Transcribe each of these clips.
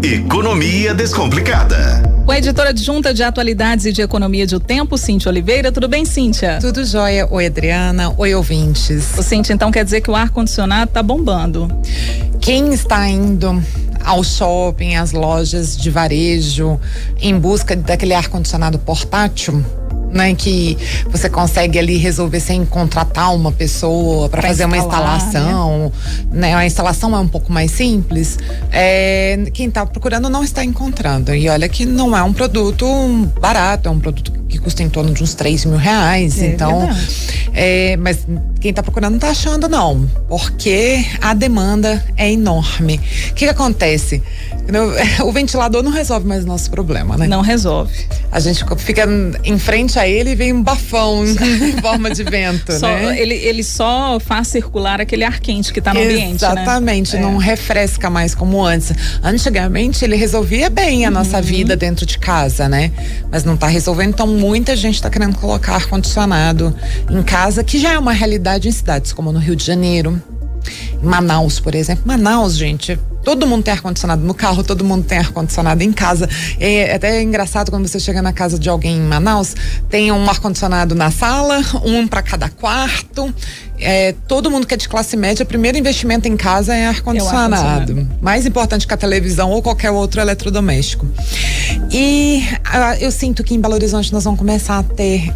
Economia Descomplicada. Com a editora adjunta de atualidades e de economia de O Tempo, Cíntia Oliveira. Tudo bem, Cíntia? Tudo jóia. Oi, Adriana. Oi, ouvintes. Ô, Cíntia, então quer dizer que o ar-condicionado tá bombando? Quem está indo ao shopping, às lojas de varejo, em busca daquele ar-condicionado portátil, né, que você consegue ali resolver sem contratar uma pessoa para fazer uma instalação, né? A instalação é um pouco mais simples. Quem está procurando não está encontrando. E olha que não é um produto barato, é um produto que custa em torno de uns R$3.000. Então, mas quem está procurando não está achando, não, porque a demanda é enorme. O que acontece? O ventilador não resolve mais o nosso problema, né? Não resolve. A gente fica em frente a ele e vem um bafão em forma de vento, né? Ele só faz circular aquele ar quente que está no ambiente, né? Exatamente, não refresca mais como antes. Antigamente ele resolvia bem a nossa vida dentro de casa, né? Mas não está resolvendo, então muita gente está querendo colocar ar-condicionado em casa, que já é uma realidade em cidades como no Rio de Janeiro, em Manaus, por exemplo. Manaus, gente, todo mundo tem ar-condicionado no carro, todo mundo tem ar-condicionado em casa. É até engraçado quando você chega na casa de alguém em Manaus, tem um ar-condicionado na sala, um para cada quarto. Todo mundo que é de classe média, o primeiro investimento em casa é ar-condicionado. Mais importante que a televisão ou qualquer outro eletrodoméstico. E eu sinto que em Belo Horizonte nós vamos começar a ter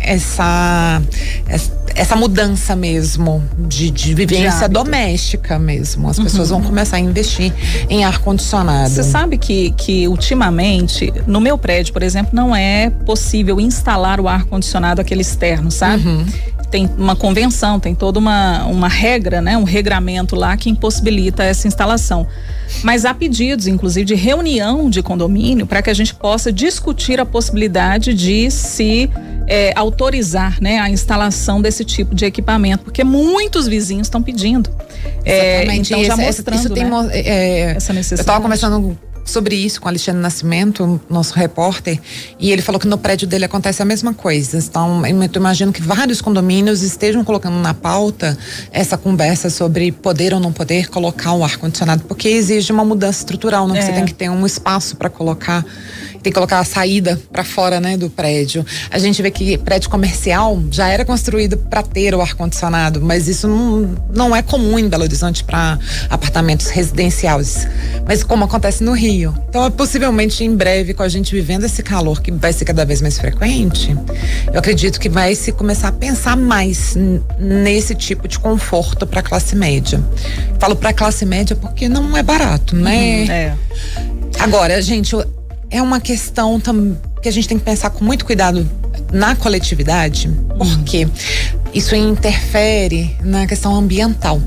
essa mudança mesmo de vivência doméstica mesmo. As pessoas vão começar a investir em ar-condicionado. Você sabe que ultimamente, no meu prédio, por exemplo, não é possível instalar o ar-condicionado aquele externo, sabe? Tem uma convenção, tem toda uma regra, né? Um regramento lá que impossibilita essa instalação. Mas há pedidos, inclusive, de reunião de condomínio para que a gente possa discutir a possibilidade de se autorizar, né, a instalação desse tipo de equipamento, porque muitos vizinhos estão pedindo. Exatamente. Então já mostrando, isso tem, essa necessidade. Eu estava conversando sobre isso com o Alexandre Nascimento, nosso repórter, e ele falou que no prédio dele acontece a mesma coisa. Então, eu imagino que vários condomínios estejam colocando na pauta essa conversa sobre poder ou não poder colocar o ar-condicionado, porque exige uma mudança estrutural, né? Você tem que ter um espaço para colocar, tem que colocar a saída para fora, né, do prédio. A gente vê que prédio comercial já era construído para ter o ar-condicionado, mas isso não é comum em Belo Horizonte para apartamentos residenciais. Mas como acontece no Rio. Então, possivelmente em breve, com a gente vivendo esse calor que vai ser cada vez mais frequente, eu acredito que vai se começar a pensar mais nesse tipo de conforto para a classe média. Falo para a classe média porque não é barato, né? Agora, gente, é uma questão que a gente tem que pensar com muito cuidado na coletividade, porque isso interfere na questão ambiental.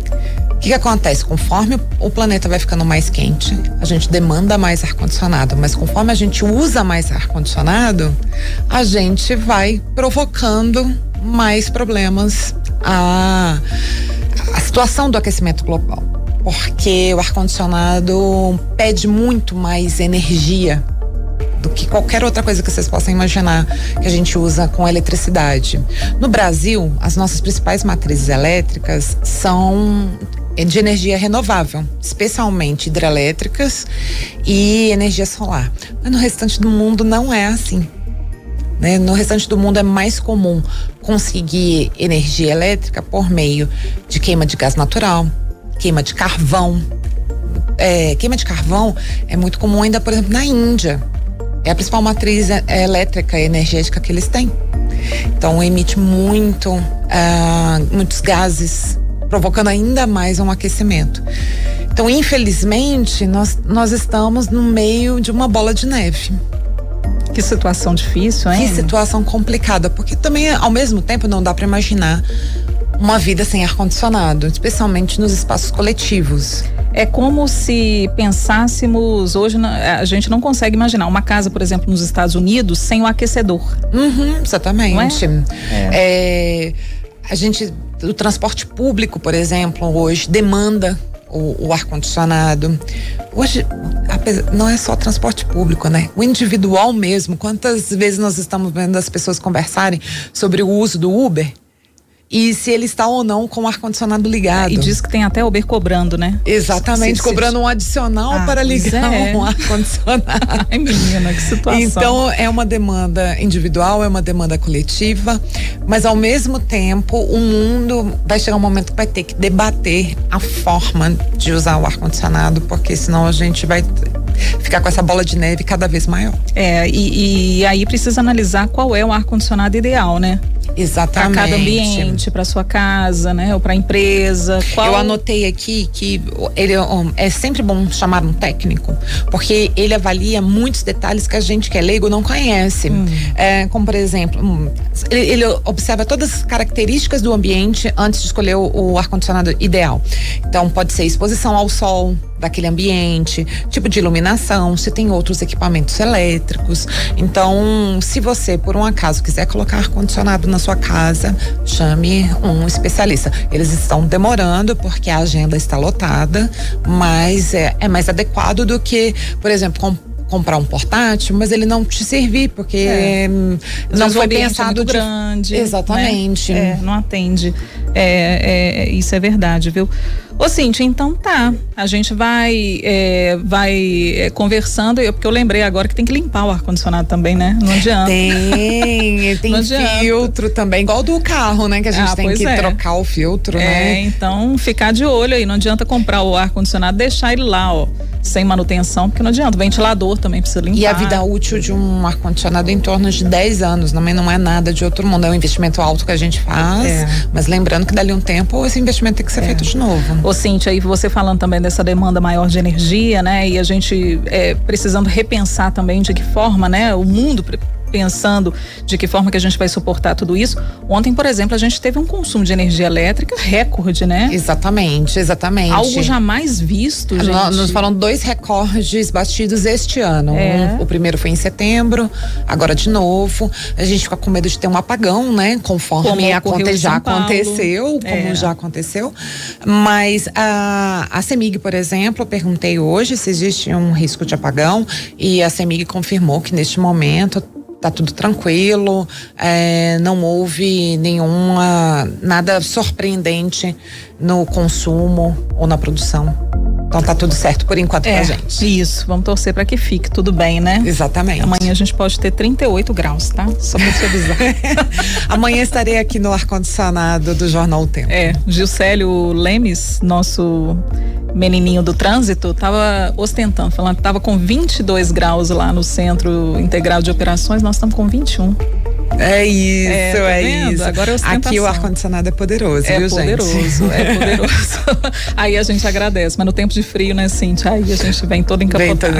O que acontece? Conforme o planeta vai ficando mais quente, a gente demanda mais ar-condicionado, mas conforme a gente usa mais ar-condicionado, a gente vai provocando mais problemas a situação do aquecimento global, porque o ar-condicionado pede muito mais energia do que qualquer outra coisa que vocês possam imaginar que a gente usa com eletricidade. No Brasil, as nossas principais matrizes elétricas são de energia renovável, especialmente hidrelétricas e energia solar. Mas no restante do mundo não é assim, né? No restante do mundo é mais comum conseguir energia elétrica por meio de queima de gás natural, queima de carvão. Queima de carvão é muito comum ainda, por exemplo, na Índia. É a principal matriz elétrica e energética que eles têm. Então emite muitos gases, provocando ainda mais um aquecimento. Então, infelizmente, nós estamos no meio de uma bola de neve. Que situação difícil, hein? Que situação complicada, porque também, ao mesmo tempo, não dá para imaginar uma vida sem ar-condicionado, especialmente nos espaços coletivos. É como se pensássemos, hoje a gente não consegue imaginar uma casa, por exemplo, nos Estados Unidos sem o aquecedor. Exatamente. Não é? O transporte público, por exemplo, hoje demanda o ar-condicionado. Hoje, não é só transporte público, né? O individual mesmo. Quantas vezes nós estamos vendo as pessoas conversarem sobre o uso do Uber? e se ele está ou não com o ar-condicionado ligado. E diz que tem até Uber cobrando, né? Exatamente, cobrando um adicional para ligar um ar-condicionado. Ai, menina, que situação. Então, é uma demanda individual, é uma demanda coletiva, mas ao mesmo tempo, o mundo vai chegar um momento que vai ter que debater a forma de usar o ar-condicionado, porque senão a gente vai ficar com essa bola de neve cada vez maior. E aí precisa analisar qual é o ar-condicionado ideal, né? Exatamente. Para cada ambiente, para sua casa, né? Ou para a empresa. Eu anotei aqui que ele é sempre bom chamar um técnico, porque ele avalia muitos detalhes que a gente que é leigo não conhece. Como por exemplo, ele observa todas as características do ambiente antes de escolher o ar-condicionado ideal. Então pode ser exposição ao sol daquele ambiente, tipo de iluminação, se tem outros equipamentos elétricos. Então, se você por um acaso quiser colocar ar-condicionado na sua casa, chame um especialista. Eles estão demorando porque a agenda está lotada, mas é mais adequado do que, por exemplo, comprar um portátil, mas ele não te servir, porque não foi pensado grande. Exatamente. Né? Não atende. Isso é verdade, viu? Ô, Cíntia, então tá. A gente vai conversando, porque eu lembrei agora que tem que limpar o ar-condicionado também, né? Não adianta. Tem filtro também, igual do carro, né? Que a gente tem que trocar o filtro, né? Então ficar de olho aí, não adianta comprar o ar-condicionado, deixar ele lá, ó, sem manutenção, porque não adianta. O ventilador também precisa limpar. E a vida útil de um ar-condicionado em torno de 10 anos, também não é nada de outro mundo, é um investimento alto que a gente faz, mas lembrando que dali um tempo esse investimento tem que ser feito de novo. Ô, Cíntia, aí você falando também dessa demanda maior de energia, né? E a gente precisando repensar também de que forma, né? O mundo pensando de que forma que a gente vai suportar tudo isso. Ontem, por exemplo, a gente teve um consumo de energia elétrica recorde, né? Exatamente. Algo jamais visto, gente. Nós falamos 2 recordes batidos este ano. O primeiro foi em setembro, agora de novo. A gente fica com medo de ter um apagão, né? Conforme já aconteceu, já aconteceu. Mas a CEMIG, por exemplo, eu perguntei hoje se existe um risco de apagão e a CEMIG confirmou que neste momento tá tudo tranquilo, não houve nada surpreendente no consumo ou na produção. Então tá tudo certo por enquanto pra gente. Isso, vamos torcer pra que fique tudo bem, né? Exatamente. Amanhã a gente pode ter 38 graus, tá? Só pra te avisar. Amanhã estarei aqui no ar-condicionado do Jornal O Tempo. Gilcélio Lemes, nosso menininho do trânsito, tava ostentando, falando que tava com 22 graus lá no Centro Integrado de Operações, nós estamos com 21. É isso. Agora é ostentação. Aqui o ar-condicionado é poderoso, viu, gente? É poderoso. Aí a gente agradece, mas no tempo de frio, né, Cíntia? Aí a gente vem todo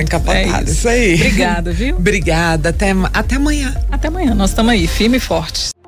encapotado. Isso aí. Obrigada, viu? Obrigada, até amanhã. Até amanhã, nós estamos aí, firme e forte.